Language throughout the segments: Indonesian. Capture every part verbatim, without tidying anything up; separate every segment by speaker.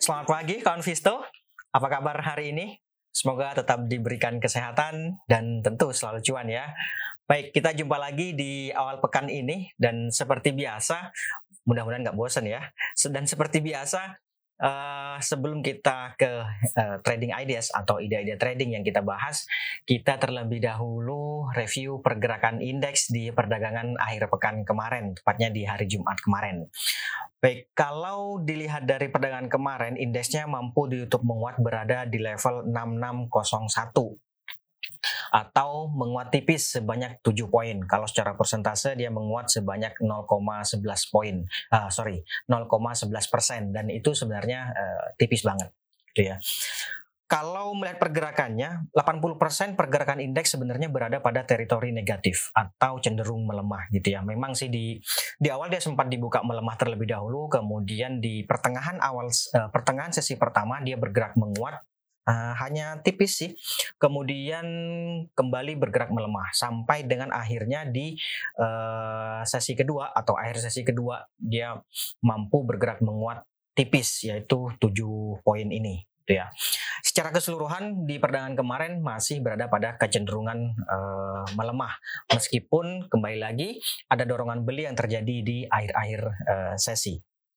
Speaker 1: Selamat pagi kawan Visto, apa kabar hari ini? Semoga tetap diberikan kesehatan dan tentu selalu cuan ya. Baik, kita jumpa lagi di awal pekan ini dan seperti biasa, mudah-mudahan nggak bosan ya. Dan seperti biasa, eh, sebelum kita ke eh, trading ideas atau ide-ide trading yang kita bahas, kita terlebih dahulu review pergerakan indeks di perdagangan akhir pekan kemarin, tepatnya di hari Jumat kemarin. Baik, kalau dilihat dari perdagangan kemarin, indeksnya mampu ditutup menguat berada di level enam enam nol satu atau menguat tipis sebanyak tujuh poin. Kalau secara persentase dia menguat sebanyak nol koma sebelas poin. Ah, sorry, nol koma sebelas persen dan itu sebenarnya uh, tipis banget, gitu ya. Kalau melihat pergerakannya, delapan puluh persen pergerakan indeks sebenarnya berada pada teritori negatif atau cenderung melemah gitu ya. Memang sih di di awal dia sempat dibuka melemah terlebih dahulu, kemudian di pertengahan awal uh, pertengahan sesi pertama dia bergerak menguat uh, hanya tipis sih. Kemudian kembali bergerak melemah sampai dengan akhirnya di uh, sesi kedua atau akhir sesi kedua dia mampu bergerak menguat tipis yaitu tujuh poin ini gitu ya. Secara keseluruhan di perdagangan kemarin masih berada pada kecenderungan uh, melemah meskipun kembali lagi ada dorongan beli yang terjadi di akhir-akhir uh, sesi.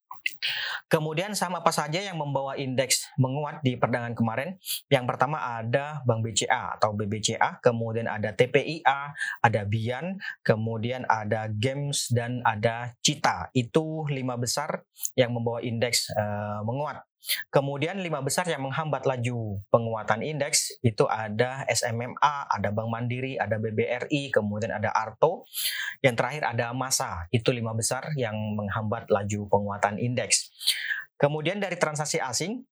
Speaker 1: Kemudian saham apa saja yang membawa indeks menguat di perdagangan kemarin? Yang pertama ada Bank B C A atau B B C A, kemudian ada T P I A, ada Bian, kemudian ada Gems dan ada Cita. Itu lima besar yang membawa indeks uh, menguat. Kemudian lima besar yang menghambat laju penguatan indeks itu ada S M M A, ada Bank Mandiri, ada B B R I, kemudian ada Arto. Yang terakhir ada Masa. Itu lima besar yang menghambat laju penguatan indeks. Kemudian dari transaksi asing,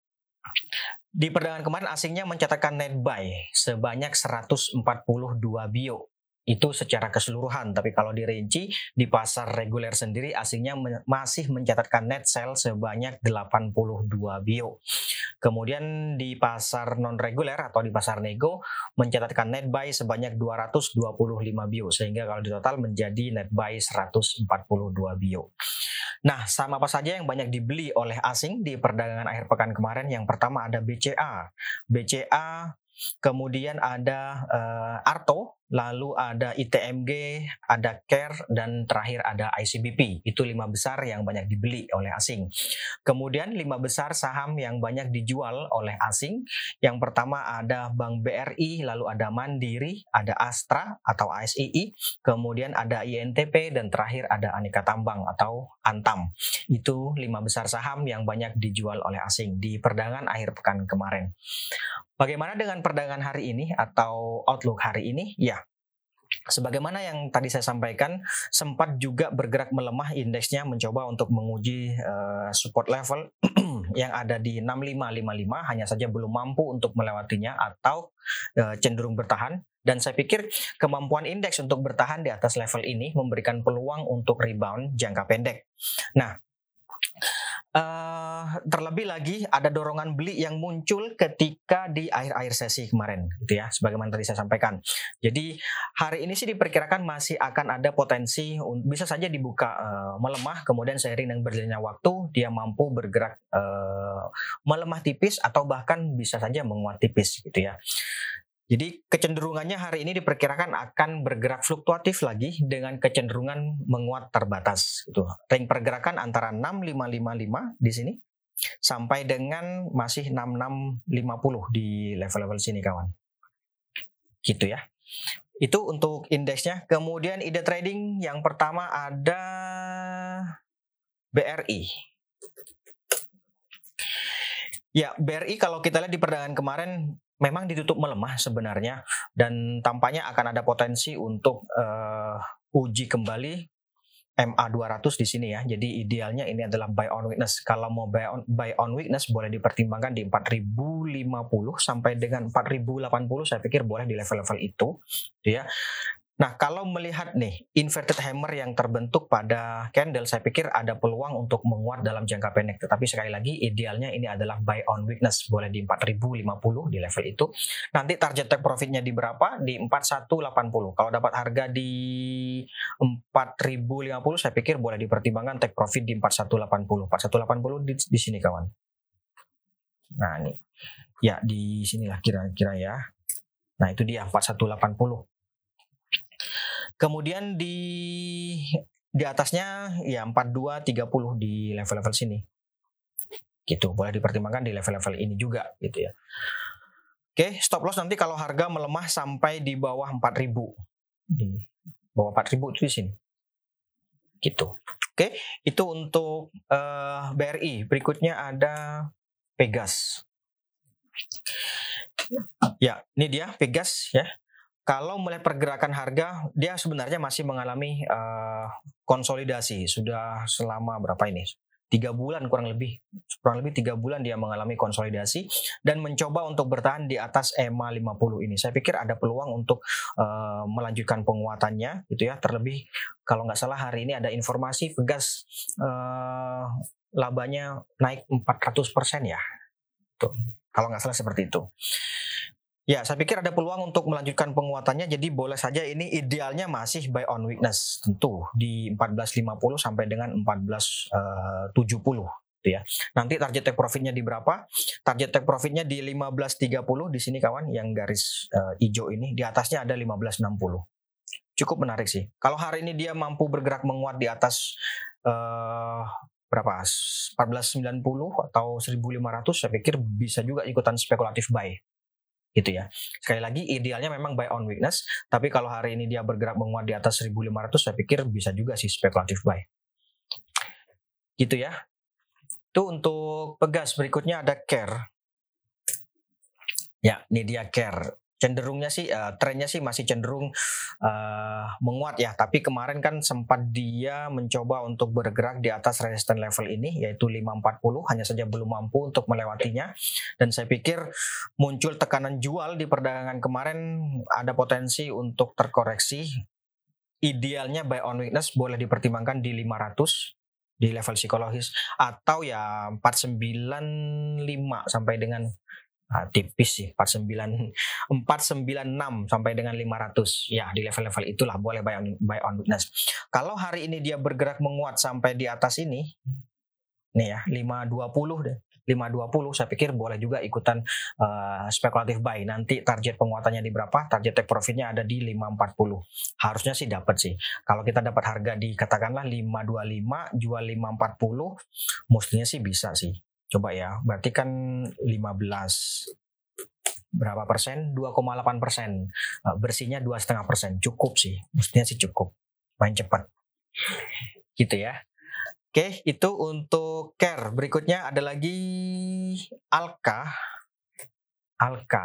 Speaker 1: di perdagangan kemarin asingnya mencatatkan net buy sebanyak seratus empat puluh dua bio. Itu secara keseluruhan, tapi kalau dirinci di pasar reguler sendiri asingnya men- masih mencatatkan net sell sebanyak delapan puluh dua bio. Kemudian di pasar non reguler atau di pasar nego mencatatkan net buy sebanyak dua ratus dua puluh lima bio, sehingga kalau di total menjadi net buy seratus empat puluh dua bio. Nah, saham apa saja yang banyak dibeli oleh asing di perdagangan akhir pekan kemarin? Yang pertama ada B C A. B C A, kemudian ada uh, Arto, lalu ada I T M G, ada Care, dan terakhir ada I C B P. Itu lima besar yang banyak dibeli oleh asing. Kemudian lima besar saham yang banyak dijual oleh asing. Yang pertama ada Bank B R I, lalu ada Mandiri, ada Astra atau A S I I, kemudian ada I N T P, dan terakhir ada Aneka Tambang atau Antam. Itu lima besar saham yang banyak dijual oleh asing di perdagangan akhir pekan kemarin. Bagaimana dengan perdagangan hari ini atau outlook hari ini? Ya, sebagaimana yang tadi saya sampaikan, sempat juga bergerak melemah indeksnya mencoba untuk menguji uh, support level yang ada di enam lima lima lima, hanya saja belum mampu untuk melewatinya atau uh, cenderung bertahan. Dan saya pikir kemampuan indeks untuk bertahan di atas level ini memberikan peluang untuk rebound jangka pendek. Nah, Uh, terlebih lagi ada dorongan beli yang muncul ketika di akhir-akhir sesi kemarin, gitu ya, sebagaimana tadi saya sampaikan. Jadi hari ini sih diperkirakan masih akan ada potensi bisa saja dibuka uh, melemah, kemudian seiring dengan berjalannya waktu dia mampu bergerak uh, melemah tipis atau bahkan bisa saja menguat tipis, gitu ya. Jadi kecenderungannya hari ini diperkirakan akan bergerak fluktuatif lagi dengan kecenderungan menguat terbatas. Gitu. Ring pergerakan antara enam lima lima lima di sini sampai dengan masih enam enam lima nol di level-level sini kawan. Gitu ya. Itu untuk indeksnya. Kemudian ide trading yang pertama ada B R I. Ya, B R I kalau kita lihat di perdagangan kemarin memang ditutup melemah sebenarnya dan tampaknya akan ada potensi untuk uh, uji kembali M A dua ratus di sini ya. Jadi idealnya ini adalah buy on weakness. Kalau mau buy on, buy on weakness boleh dipertimbangkan di empat ribu lima puluh sampai dengan empat ribu delapan puluh, saya pikir boleh di level-level itu ya. Nah, kalau melihat nih inverted hammer yang terbentuk pada candle, saya pikir ada peluang untuk menguat dalam jangka pendek. Tetapi sekali lagi idealnya ini adalah buy on weakness, boleh di empat ribu lima puluh di level itu. Nanti target take profitnya di berapa? Di empat ribu seratus delapan puluh. Kalau dapat harga di empat ribu lima puluh, saya pikir boleh dipertimbangkan take profit di empat ribu seratus delapan puluh. empat ribu seratus delapan puluh di, di sini kawan. Nah, ini ya di sinilah kira-kira ya. Nah, itu dia empat satu delapan nol. Kemudian di di atasnya ya empat dua tiga nol di level-level sini. Gitu, boleh dipertimbangkan di level-level ini juga gitu ya. Oke, stop loss nanti kalau harga melemah sampai di bawah empat ribu. Di bawah empat ribu itu di sini. Gitu. Oke, itu untuk uh, B R I. Berikutnya ada Pegas. Ya, ini dia Pegas ya. Kalau melihat pergerakan harga, dia sebenarnya masih mengalami uh, konsolidasi. Sudah selama berapa ini? Tiga bulan kurang lebih, kurang lebih tiga bulan dia mengalami konsolidasi dan mencoba untuk bertahan di atas E M A lima puluh ini. Saya pikir ada peluang untuk uh, melanjutkan penguatannya, gitu ya. Terlebih kalau nggak salah hari ini ada informasi Pegas uh, labanya naik empat ratus persen ya. Tuh, kalau nggak salah seperti itu. Ya, saya pikir ada peluang untuk melanjutkan penguatannya. Jadi boleh saja ini idealnya masih buy on weakness tentu di empat belas lima puluh sampai dengan empat belas tujuh puluh gitu ya. Nanti target take profitnya di berapa? Target take profitnya di lima belas tiga puluh di sini kawan, yang garis uh, hijau ini. Di atasnya ada lima belas enam puluh. Cukup menarik sih. Kalau hari ini dia mampu bergerak menguat di atas uh, berapa? empat belas sembilan puluh atau seribu lima ratus, saya pikir bisa juga ikutan spekulatif buy. Gitu ya. Sekali lagi idealnya memang buy on weakness, tapi kalau hari ini dia bergerak menguat di atas seribu lima ratus, saya pikir bisa juga sih spekulatif buy. Gitu ya. Itu untuk Pegas. Berikutnya ada Care. Ya, ini dia Care. Cenderungnya sih uh, trennya sih masih cenderung uh, menguat ya, tapi kemarin kan sempat dia mencoba untuk bergerak di atas resistance level ini yaitu lima empat puluh, hanya saja belum mampu untuk melewatinya, dan saya pikir muncul tekanan jual di perdagangan kemarin, ada potensi untuk terkoreksi. Idealnya buy on weakness boleh dipertimbangkan di lima ratus di level psikologis, atau ya empat sembilan lima sampai dengan Nah, tipis sih empat sembilan enam sampai dengan lima ratus ya, di level-level itulah boleh buy on, buy on weakness. Kalau hari ini dia bergerak menguat sampai di atas ini nih ya lima dua puluh deh, lima dua puluh saya pikir boleh juga ikutan uh, spekulatif buy. Nanti target penguatannya di berapa? Target take profitnya ada di lima empat puluh. Harusnya sih dapat sih. Kalau kita dapat harga di katakanlah lima dua lima jual lima empat puluh, mestinya sih bisa sih. Coba ya, berarti kan lima belas berapa persen? dua koma delapan persen. Bersihnya dua koma lima persen. Cukup sih, mestinya sih cukup. Main cepat. Gitu ya. Oke, itu untuk Care. Berikutnya ada lagi Alka. Alka.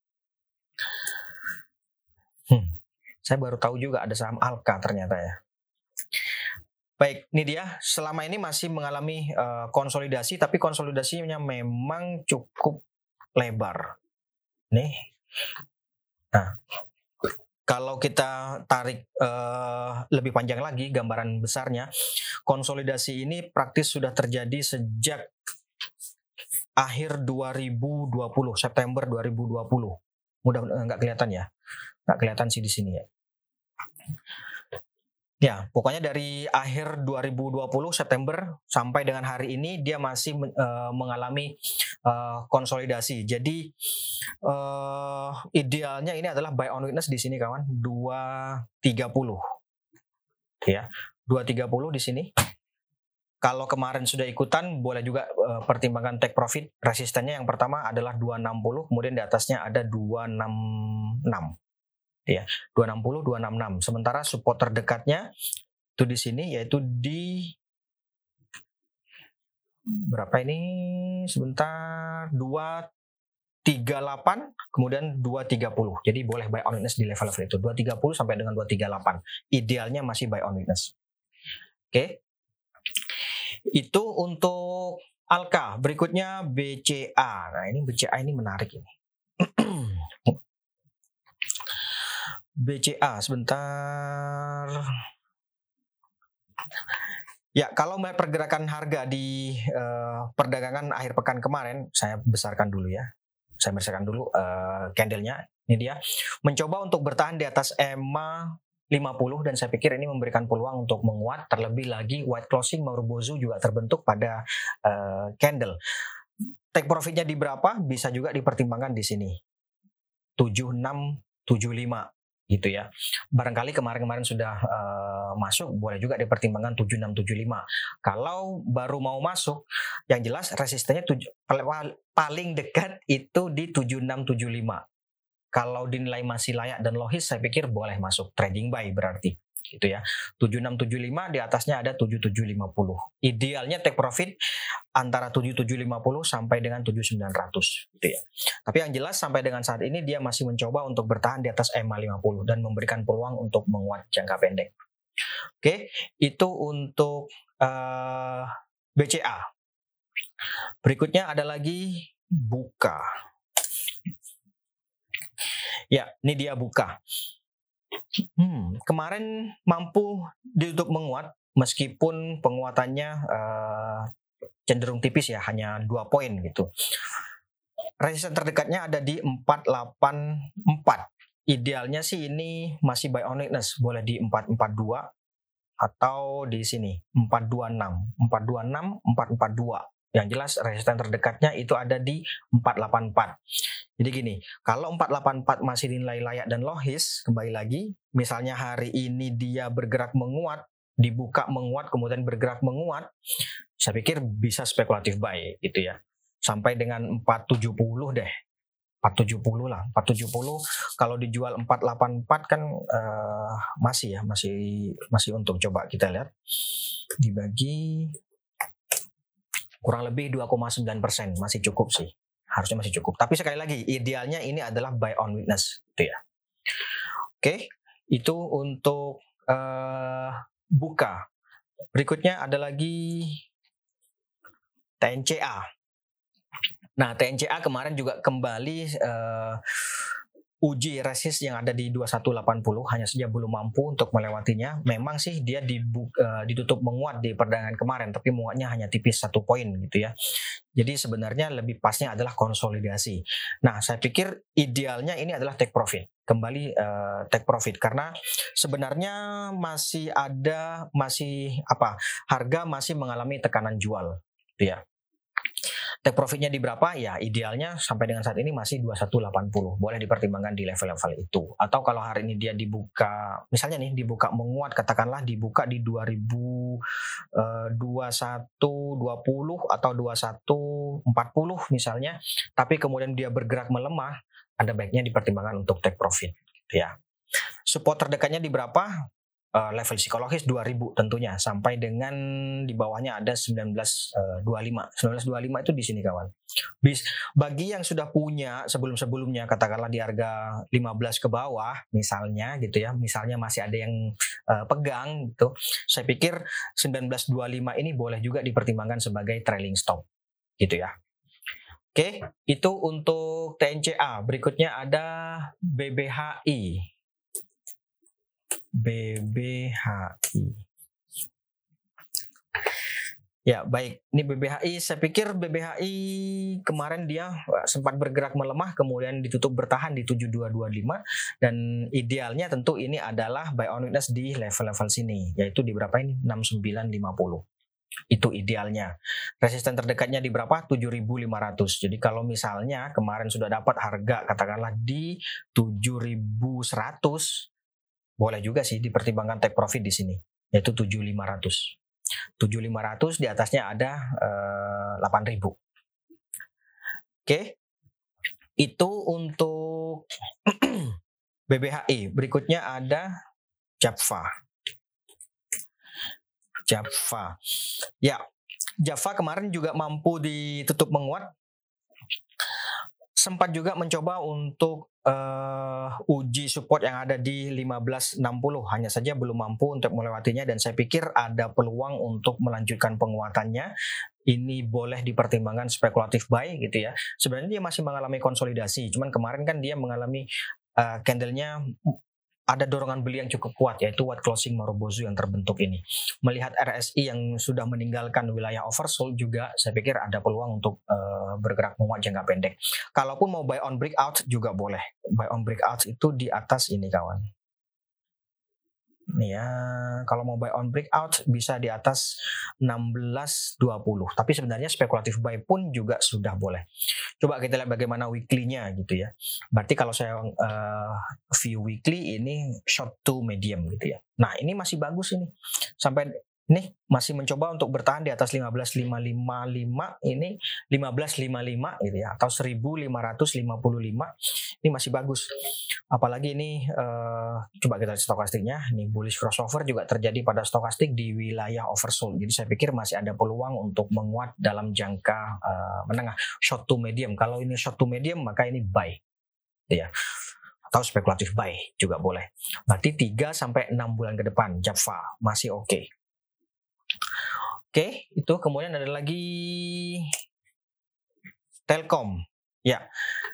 Speaker 1: Hmm, saya baru tahu juga ada saham Alka ternyata ya. Baik, ini dia. Selama ini masih mengalami uh, konsolidasi, tapi konsolidasinya memang cukup lebar. Nih. Nah, kalau kita tarik uh, lebih panjang lagi gambaran besarnya, konsolidasi ini praktis sudah terjadi sejak akhir dua ribu dua puluh, September dua ribu dua puluh. Mudah nggak kelihatan ya? Nggak kelihatan sih di sini ya. Ya, pokoknya dari akhir dua ribu dua puluh September sampai dengan hari ini dia masih uh, mengalami uh, konsolidasi. Jadi uh, idealnya ini adalah buy on weakness di sini kawan, dua tiga puluh. Ya, dua tiga puluh di sini. Kalau kemarin sudah ikutan, boleh juga uh, pertimbangkan take profit. Resistennya yang pertama adalah dua enam nol, kemudian di atasnya ada dua enam enam. Ya, dua enam nol, dua enam enam. Sementara support terdekatnya itu di sini yaitu di berapa ini? Sebentar, dua tiga delapan kemudian dua tiga nol. Jadi boleh buy on weakness di level-level itu, dua tiga nol sampai dengan dua tiga delapan. Idealnya masih buy on weakness. Oke. Itu untuk Alka. Berikutnya B C A. Nah, ini B C A ini menarik ini. B C A sebentar. Ya, kalau melihat pergerakan harga di uh, perdagangan akhir pekan kemarin, saya besarkan dulu ya. Saya besarkan dulu uh, candlenya. Ini dia. Mencoba untuk bertahan di atas E M A lima puluh, dan saya pikir ini memberikan peluang untuk menguat. Terlebih lagi white closing Marubozu juga terbentuk pada uh, candle. take profitnya di berapa bisa juga dipertimbangkan di sini. tujuh enam tujuh lima gitu ya. Barangkali kemarin-kemarin sudah uh, masuk, boleh juga dipertimbangkan tujuh enam tujuh lima. Kalau baru mau masuk, yang jelas resistennya tujuh, paling dekat itu di tujuh enam tujuh lima. Kalau dinilai masih layak dan logis, saya pikir boleh masuk trading buy berarti gitu ya. tujuh enam tujuh lima, di atasnya ada tujuh tujuh lima nol. Idealnya take profit antara tujuh tujuh lima nol sampai dengan tujuh sembilan ratus gitu ya. Tapi yang jelas sampai dengan saat ini dia masih mencoba untuk bertahan di atas E M A lima puluh dan memberikan peluang untuk menguat jangka pendek. Oke, itu untuk uh, B C A. Berikutnya ada lagi Buka. Ya, ini dia Buka. Hmm, kemarin mampu ditutup menguat meskipun penguatannya uh, cenderung tipis ya, hanya dua poin gitu. Resisten terdekatnya ada di empat delapan empat. Idealnya sih ini masih buy on weakness, boleh di empat empat dua atau di sini empat dua enam, empat dua enam, empat empat dua. Yang jelas resisten terdekatnya itu ada di empat delapan empat. Jadi gini, kalau empat delapan empat masih dinilai layak dan logis, kembali lagi, misalnya hari ini dia bergerak menguat, dibuka menguat, kemudian bergerak menguat, saya pikir bisa spekulatif buy gitu ya. Sampai dengan empat tujuh puluh deh. empat tujuh puluh lah, empat tujuh puluh kalau dijual empat delapan empat kan uh, masih ya, masih masih untung. Coba kita lihat. Dibagi kurang lebih dua koma sembilan persen, masih cukup sih. Harusnya masih cukup. Tapi sekali lagi, idealnya ini adalah buy on weakness gitu ya. Oke, itu untuk uh, Buka. Berikutnya ada lagi T N C A. Nah, T N C A kemarin juga kembali uh, uji resist yang ada di dua satu delapan nol, hanya saja belum mampu untuk melewatinya. Memang sih dia dibuka, uh, ditutup menguat di perdagangan kemarin, tapi menguatnya hanya tipis satu poin gitu ya. Jadi sebenarnya lebih pasnya adalah konsolidasi. Nah, saya pikir idealnya ini adalah take profit. Kembali uh, take profit karena sebenarnya masih ada masih apa? Harga masih mengalami tekanan jual gitu ya. Take profitnya di berapa? Ya idealnya sampai dengan saat ini masih dua satu delapan nol. Boleh dipertimbangkan di level-level itu. Atau kalau hari ini dia dibuka, misalnya nih dibuka menguat, katakanlah dibuka di dua ribu dua puluh satu dua puluh atau dua puluh satu empat puluh misalnya, tapi kemudian dia bergerak melemah, ada baiknya dipertimbangkan untuk take profit gitu ya. Support terdekatnya di berapa? Uh, level psikologis dua ribu tentunya, sampai dengan di bawahnya ada sembilan belas dua puluh lima. sembilan belas dua puluh lima itu di sini kawan. Bis, bagi yang sudah punya sebelum-sebelumnya, katakanlah di harga lima belas ke bawah misalnya gitu ya, misalnya masih ada yang uh, pegang gitu, saya pikir sembilan belas dua puluh lima ini boleh juga dipertimbangkan sebagai trailing stop gitu ya. Oke, itu untuk T N C A. Berikutnya ada B B H I. B B H I. Ya baik, ini B B H I, saya pikir B B H I kemarin dia sempat bergerak melemah, kemudian ditutup bertahan di tujuh dua dua lima, dan idealnya tentu ini adalah buy on weakness di level-level sini, yaitu di berapa ini? enam sembilan lima nol. Itu idealnya. Resisten terdekatnya di berapa? tujuh ribu lima ratus. Jadi kalau misalnya kemarin sudah dapat harga katakanlah di tujuh ribu seratus, boleh juga sih dipertimbangkan take profit di sini, yaitu tujuh ribu lima ratus. tujuh ribu lima ratus, di atasnya ada eh, delapan ribu. Oke. Itu untuk B B H I. Berikutnya ada Java. Java. Ya, Java kemarin juga mampu ditutup menguat. Sempat juga mencoba untuk uh, uji support yang ada di lima belas enam puluh, hanya saja belum mampu untuk melewatinya, dan saya pikir ada peluang untuk melanjutkan penguatannya. Ini boleh dipertimbangkan spekulatif buy gitu ya. Sebenarnya dia masih mengalami konsolidasi, cuman kemarin kan dia mengalami uh, candlenya ada dorongan beli yang cukup kuat, yaitu white closing Marubozu yang terbentuk ini. Melihat R S I yang sudah meninggalkan wilayah oversold juga, saya pikir ada peluang untuk uh, bergerak menguat jangka pendek. Kalaupun mau buy on breakout juga boleh. Buy on breakout itu di atas ini kawan. Nih ya, kalau mau buy on breakout bisa di atas enam belas dua puluh. Tapi sebenarnya spekulatif buy pun juga sudah boleh. Coba kita lihat bagaimana weekly-nya gitu ya. Berarti kalau saya uh, view weekly ini short to medium gitu ya. Nah, ini masih bagus ini. Sampai nih masih mencoba untuk bertahan di atas lima belas lima ratus lima puluh lima, ini lima belas lima puluh lima gitu ya, atau seribu lima ratus lima puluh lima. Ini masih bagus. Apalagi ini uh, coba kita lihat stokastiknya. Ini bullish crossover juga terjadi pada stokastik di wilayah oversold. Jadi saya pikir masih ada peluang untuk menguat dalam jangka uh, menengah, short to medium. Kalau ini short to medium maka ini buy. Ya. Atau spekulatif buy juga boleh. Berarti tiga sampai enam bulan ke depan Java masih oke. Okay. Oke, itu kemudian ada lagi Telkom. Ya.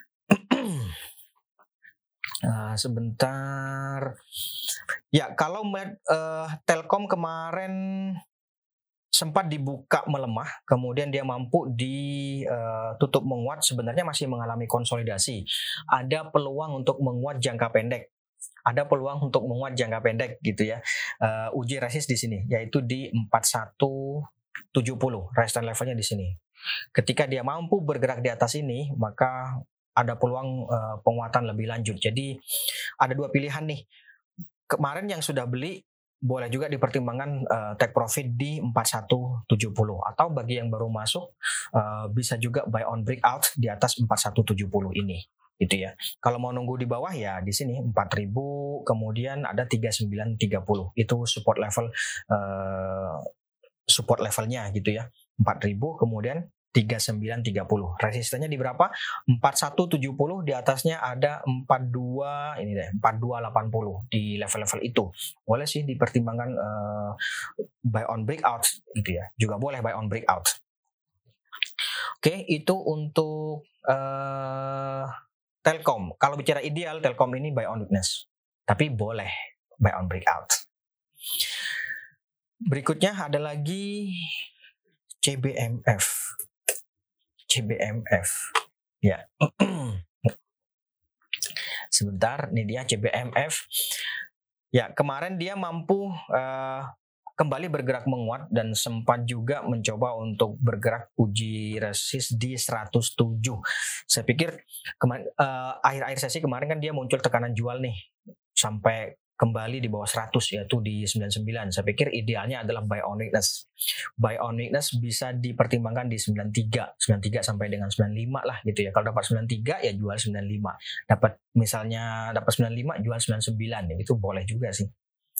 Speaker 1: uh, sebentar. Ya, kalau uh, Telkom kemarin sempat dibuka melemah, kemudian dia mampu ditutup uh, menguat, sebenarnya masih mengalami konsolidasi. Ada peluang untuk menguat jangka pendek. Ada peluang untuk menguat jangka pendek gitu ya. Uh, uji resist di sini yaitu di empat satu tujuh nol, resistance levelnya di sini. Ketika dia mampu bergerak di atas ini, maka ada peluang uh, penguatan lebih lanjut. Jadi ada dua pilihan nih. Kemarin yang sudah beli boleh juga dipertimbangkan uh, take profit di empat satu tujuh nol, atau bagi yang baru masuk uh, bisa juga buy on breakout di atas empat satu tujuh nol ini. Gitu ya. Kalau mau nunggu di bawah ya di sini empat ribu, kemudian ada tiga sembilan tiga nol. Itu support level uh, support levelnya gitu ya. empat ribu kemudian tiga sembilan tiga nol. Resistennya di berapa? empat satu tujuh nol, di atasnya ada empat dua ini deh, empat dua delapan nol di level-level itu. Boleh sih dipertimbangkan uh, buy on breakout gitu ya. Juga boleh buy on breakout. Oke, itu untuk uh, Telkom. Kalau bicara ideal, Telkom ini buy on weakness. Tapi boleh buy on breakout. Berikutnya ada lagi C B M F. C B M F. Ya. Sebentar, ini dia C B M F. Ya, kemarin dia mampu uh, kembali bergerak menguat dan sempat juga mencoba untuk bergerak uji resist di seratus tujuh. Saya pikir kemarin uh, akhir-akhir sesi kemarin kan dia muncul tekanan jual nih sampai kembali di bawah seratus, yaitu di sembilan puluh sembilan. Saya pikir idealnya adalah buy on weakness. Buy on weakness bisa dipertimbangkan di sembilan puluh tiga, sembilan puluh tiga sampai dengan sembilan puluh lima lah gitu ya. Kalau dapat sembilan puluh tiga ya jual sembilan puluh lima. Dapat misalnya dapat sembilan puluh lima jual sembilan puluh sembilan, ya itu boleh juga sih.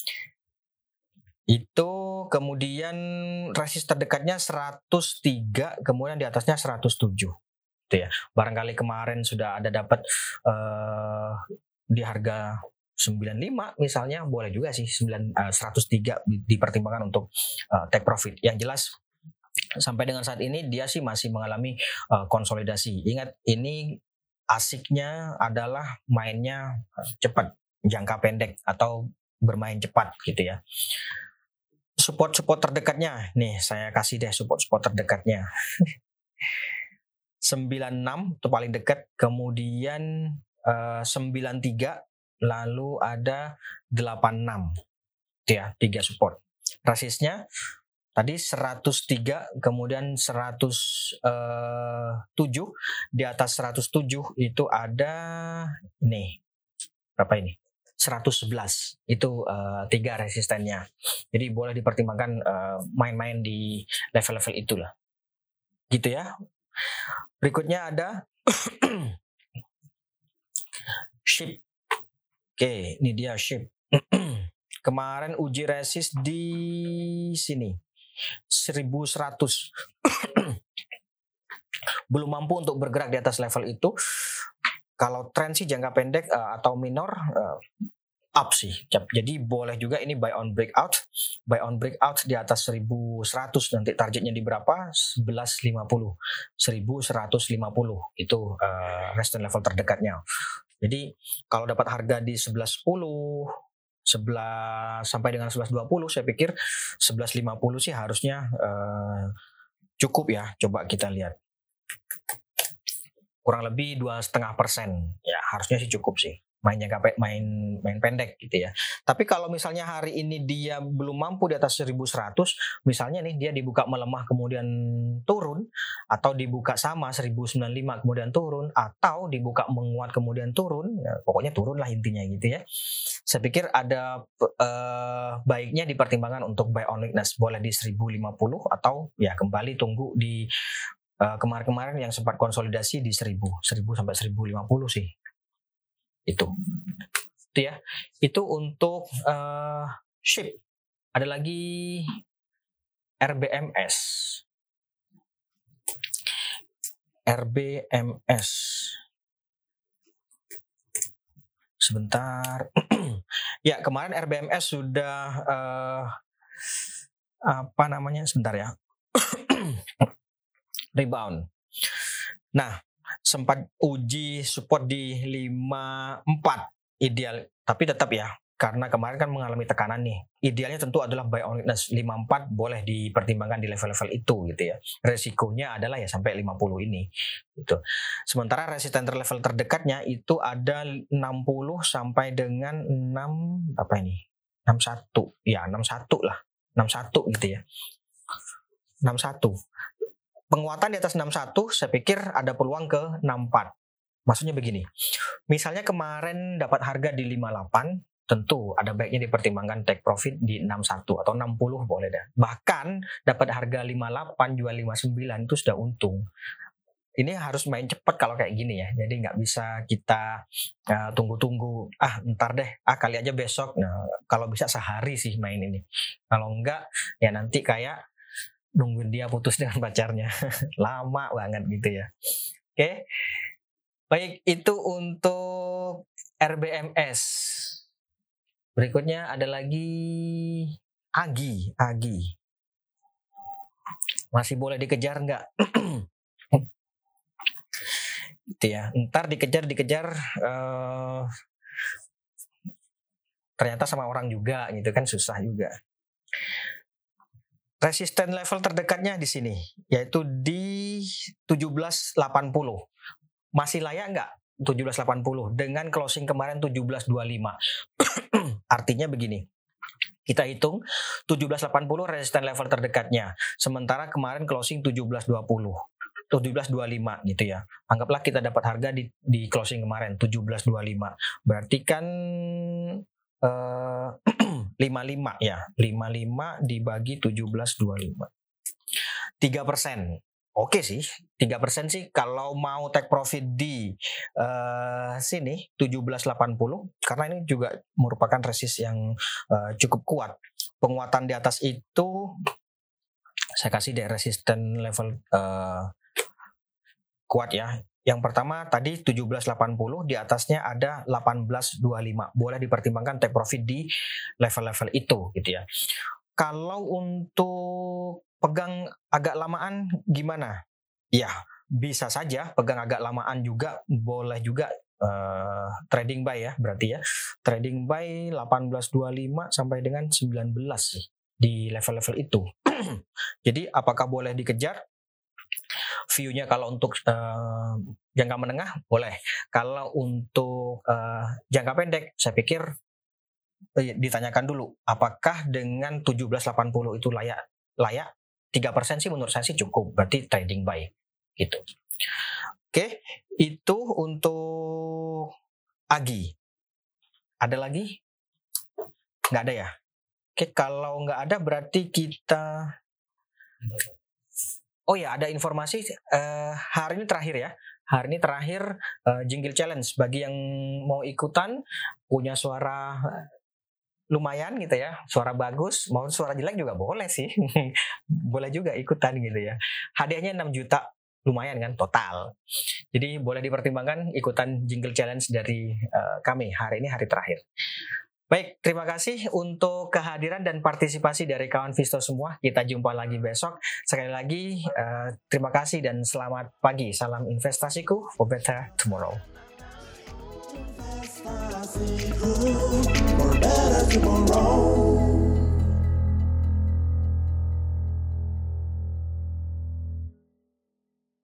Speaker 1: Itu kemudian resist terdekatnya seratus tiga, kemudian di atasnya seratus tujuh. Gitu ya. Barangkali kemarin sudah ada dapat uh, di harga sembilan puluh lima misalnya, boleh juga sih sembilan, uh, seratus tiga dipertimbangkan untuk uh, take profit. Yang jelas sampai dengan saat ini dia sih masih mengalami uh, konsolidasi. Ingat, ini asiknya adalah mainnya uh, cepat, jangka pendek atau bermain cepat gitu ya. Support-support terdekatnya, nih saya kasih deh support-support terdekatnya. sembilan puluh enam itu paling dekat, kemudian uh, sembilan puluh tiga, lalu ada delapan puluh enam. Ya, tiga support. Resistnya tadi seratus tiga, kemudian seratus tujuh, di atas seratus tujuh itu ada nih. Berapa ini? seratus sebelas. Itu uh, tiga resistennya. Jadi boleh dipertimbangkan uh, main-main di level-level itulah. Gitu ya. Berikutnya ada SHIB. Oke, ini dia SHIB. Kemarin uji resist di sini seribu seratus. Belum mampu untuk bergerak di atas level itu. Kalau tren sih jangka pendek uh, atau minor uh, up sih. Jadi boleh juga ini buy on breakout. Buy on breakout di atas seribu seratus, nanti targetnya di berapa? sebelas lima puluh. seribu seratus lima puluh itu uh, resistance level terdekatnya. Jadi kalau dapat harga di sebelas sepuluh, sebelas sampai dengan sebelas dua puluh, saya pikir sebelas lima puluh sih harusnya uh, cukup ya. Coba kita lihat. Kurang lebih dua koma lima persen. Ya, harusnya sih cukup sih. main jangka pe- main main pendek gitu ya. Tapi kalau misalnya hari ini dia belum mampu di atas seribu seratus, misalnya nih dia dibuka melemah kemudian turun, atau dibuka sama seribu sembilan puluh lima kemudian turun, atau dibuka menguat kemudian turun, ya, pokoknya turun lah intinya gitu ya. Saya pikir ada uh, baiknya dipertimbangkan untuk buy on weakness, boleh di seribu lima puluh atau ya kembali tunggu di uh, kemarin-kemarin yang sempat konsolidasi di seribu sampai seribu lima puluh sih. Itu. Itu ya. Itu untuk uh, S H I B. Ada lagi R B M S. R B M S. Sebentar. Ya, kemarin R B M S sudah uh, apa namanya? Sebentar ya. Rebound. Nah, sempat uji support di lima puluh empat ideal, tapi tetap ya, karena kemarin kan mengalami tekanan nih. Idealnya tentu adalah buy on weakness lima puluh empat, boleh dipertimbangkan di level-level itu gitu ya. Resikonya adalah ya sampai lima puluh ini gitu. Sementara resisten level terdekatnya itu ada enam puluh sampai dengan enam apa ini? enam puluh satu. Ya, enam puluh satu lah. enam puluh satu gitu ya. enam puluh satu. Penguatan di atas enam puluh satu saya pikir ada peluang ke enam puluh empat. Maksudnya begini. Misalnya kemarin dapat harga di lima puluh delapan, tentu ada baiknya dipertimbangkan take profit di enam puluh satu atau enam puluh boleh dah. Bahkan dapat harga lima puluh delapan jual lima puluh sembilan itu sudah untung. Ini harus main cepat kalau kayak gini ya. Jadi nggak bisa kita uh, tunggu-tunggu. Ah ntar deh. Ah kali aja besok. Nah kalau bisa sehari sih main ini. Kalau enggak ya nanti kayak nungguin dia putus dengan pacarnya. Lama banget gitu ya. Oke. Baik, itu untuk R B M S. Berikutnya ada lagi Agi, Agi. Masih boleh dikejar nggak? Itu ya. Ntar dikejar-dikejar uh, ternyata sama orang juga gitu kan, susah juga. Resisten level terdekatnya di sini, yaitu di tujuh belas delapan puluh. Masih layak nggak tujuh belas delapan puluh dengan closing kemarin tujuh belas dua puluh lima? Artinya begini, kita hitung tujuh belas delapan puluh resisten level terdekatnya, sementara kemarin closing tujuh belas dua puluh, tujuh belas dua puluh lima gitu ya. Anggaplah kita dapat harga di, di closing kemarin tujuh belas dua puluh lima, berarti kan uh, lima puluh lima ya, lima puluh lima dibagi tujuh belas dua puluh lima, tiga persen. Oke sih, tiga persen sih kalau mau take profit di uh, sini tujuh belas delapan puluh, karena ini juga merupakan resist yang uh, cukup kuat. Penguatan di atas itu saya kasih deh resisten level uh, kuat ya. Yang pertama tadi tujuh belas delapan puluh, di atasnya ada delapan belas dua puluh lima. Boleh dipertimbangkan take profit di level-level itu gitu ya. Kalau untuk pegang agak lamaan gimana? Ya, bisa saja pegang agak lamaan juga, boleh juga uh, trading buy ya, berarti ya. Trading buy delapan belas dua puluh lima sampai dengan sembilan belas sih di level-level itu. Jadi apakah boleh dikejar? View-nya kalau untuk uh, jangka menengah boleh. Kalau untuk uh, jangka pendek saya pikir eh, ditanyakan dulu apakah dengan tujuh belas delapan puluh itu layak layak tiga persen sih menurut saya sih cukup, berarti trading buy gitu. Oke, itu untuk Agi. Ada lagi? Nggak ada ya? Oke, kalau nggak ada berarti kita oh ya, ada informasi uh, hari ini terakhir ya. Hari ini terakhir uh, Jingle Challenge bagi yang mau ikutan, punya suara lumayan gitu ya, suara bagus, mau suara jelek juga boleh sih. Boleh juga ikutan gitu ya. Hadiahnya enam juta, lumayan kan total. Jadi boleh dipertimbangkan ikutan Jingle Challenge dari uh, kami. Hari ini hari terakhir. Baik, terima kasih untuk kehadiran dan partisipasi dari kawan Visto semua. Kita jumpa lagi besok. Sekali lagi, uh, terima kasih dan selamat pagi. Salam investasiku for better tomorrow. For better tomorrow.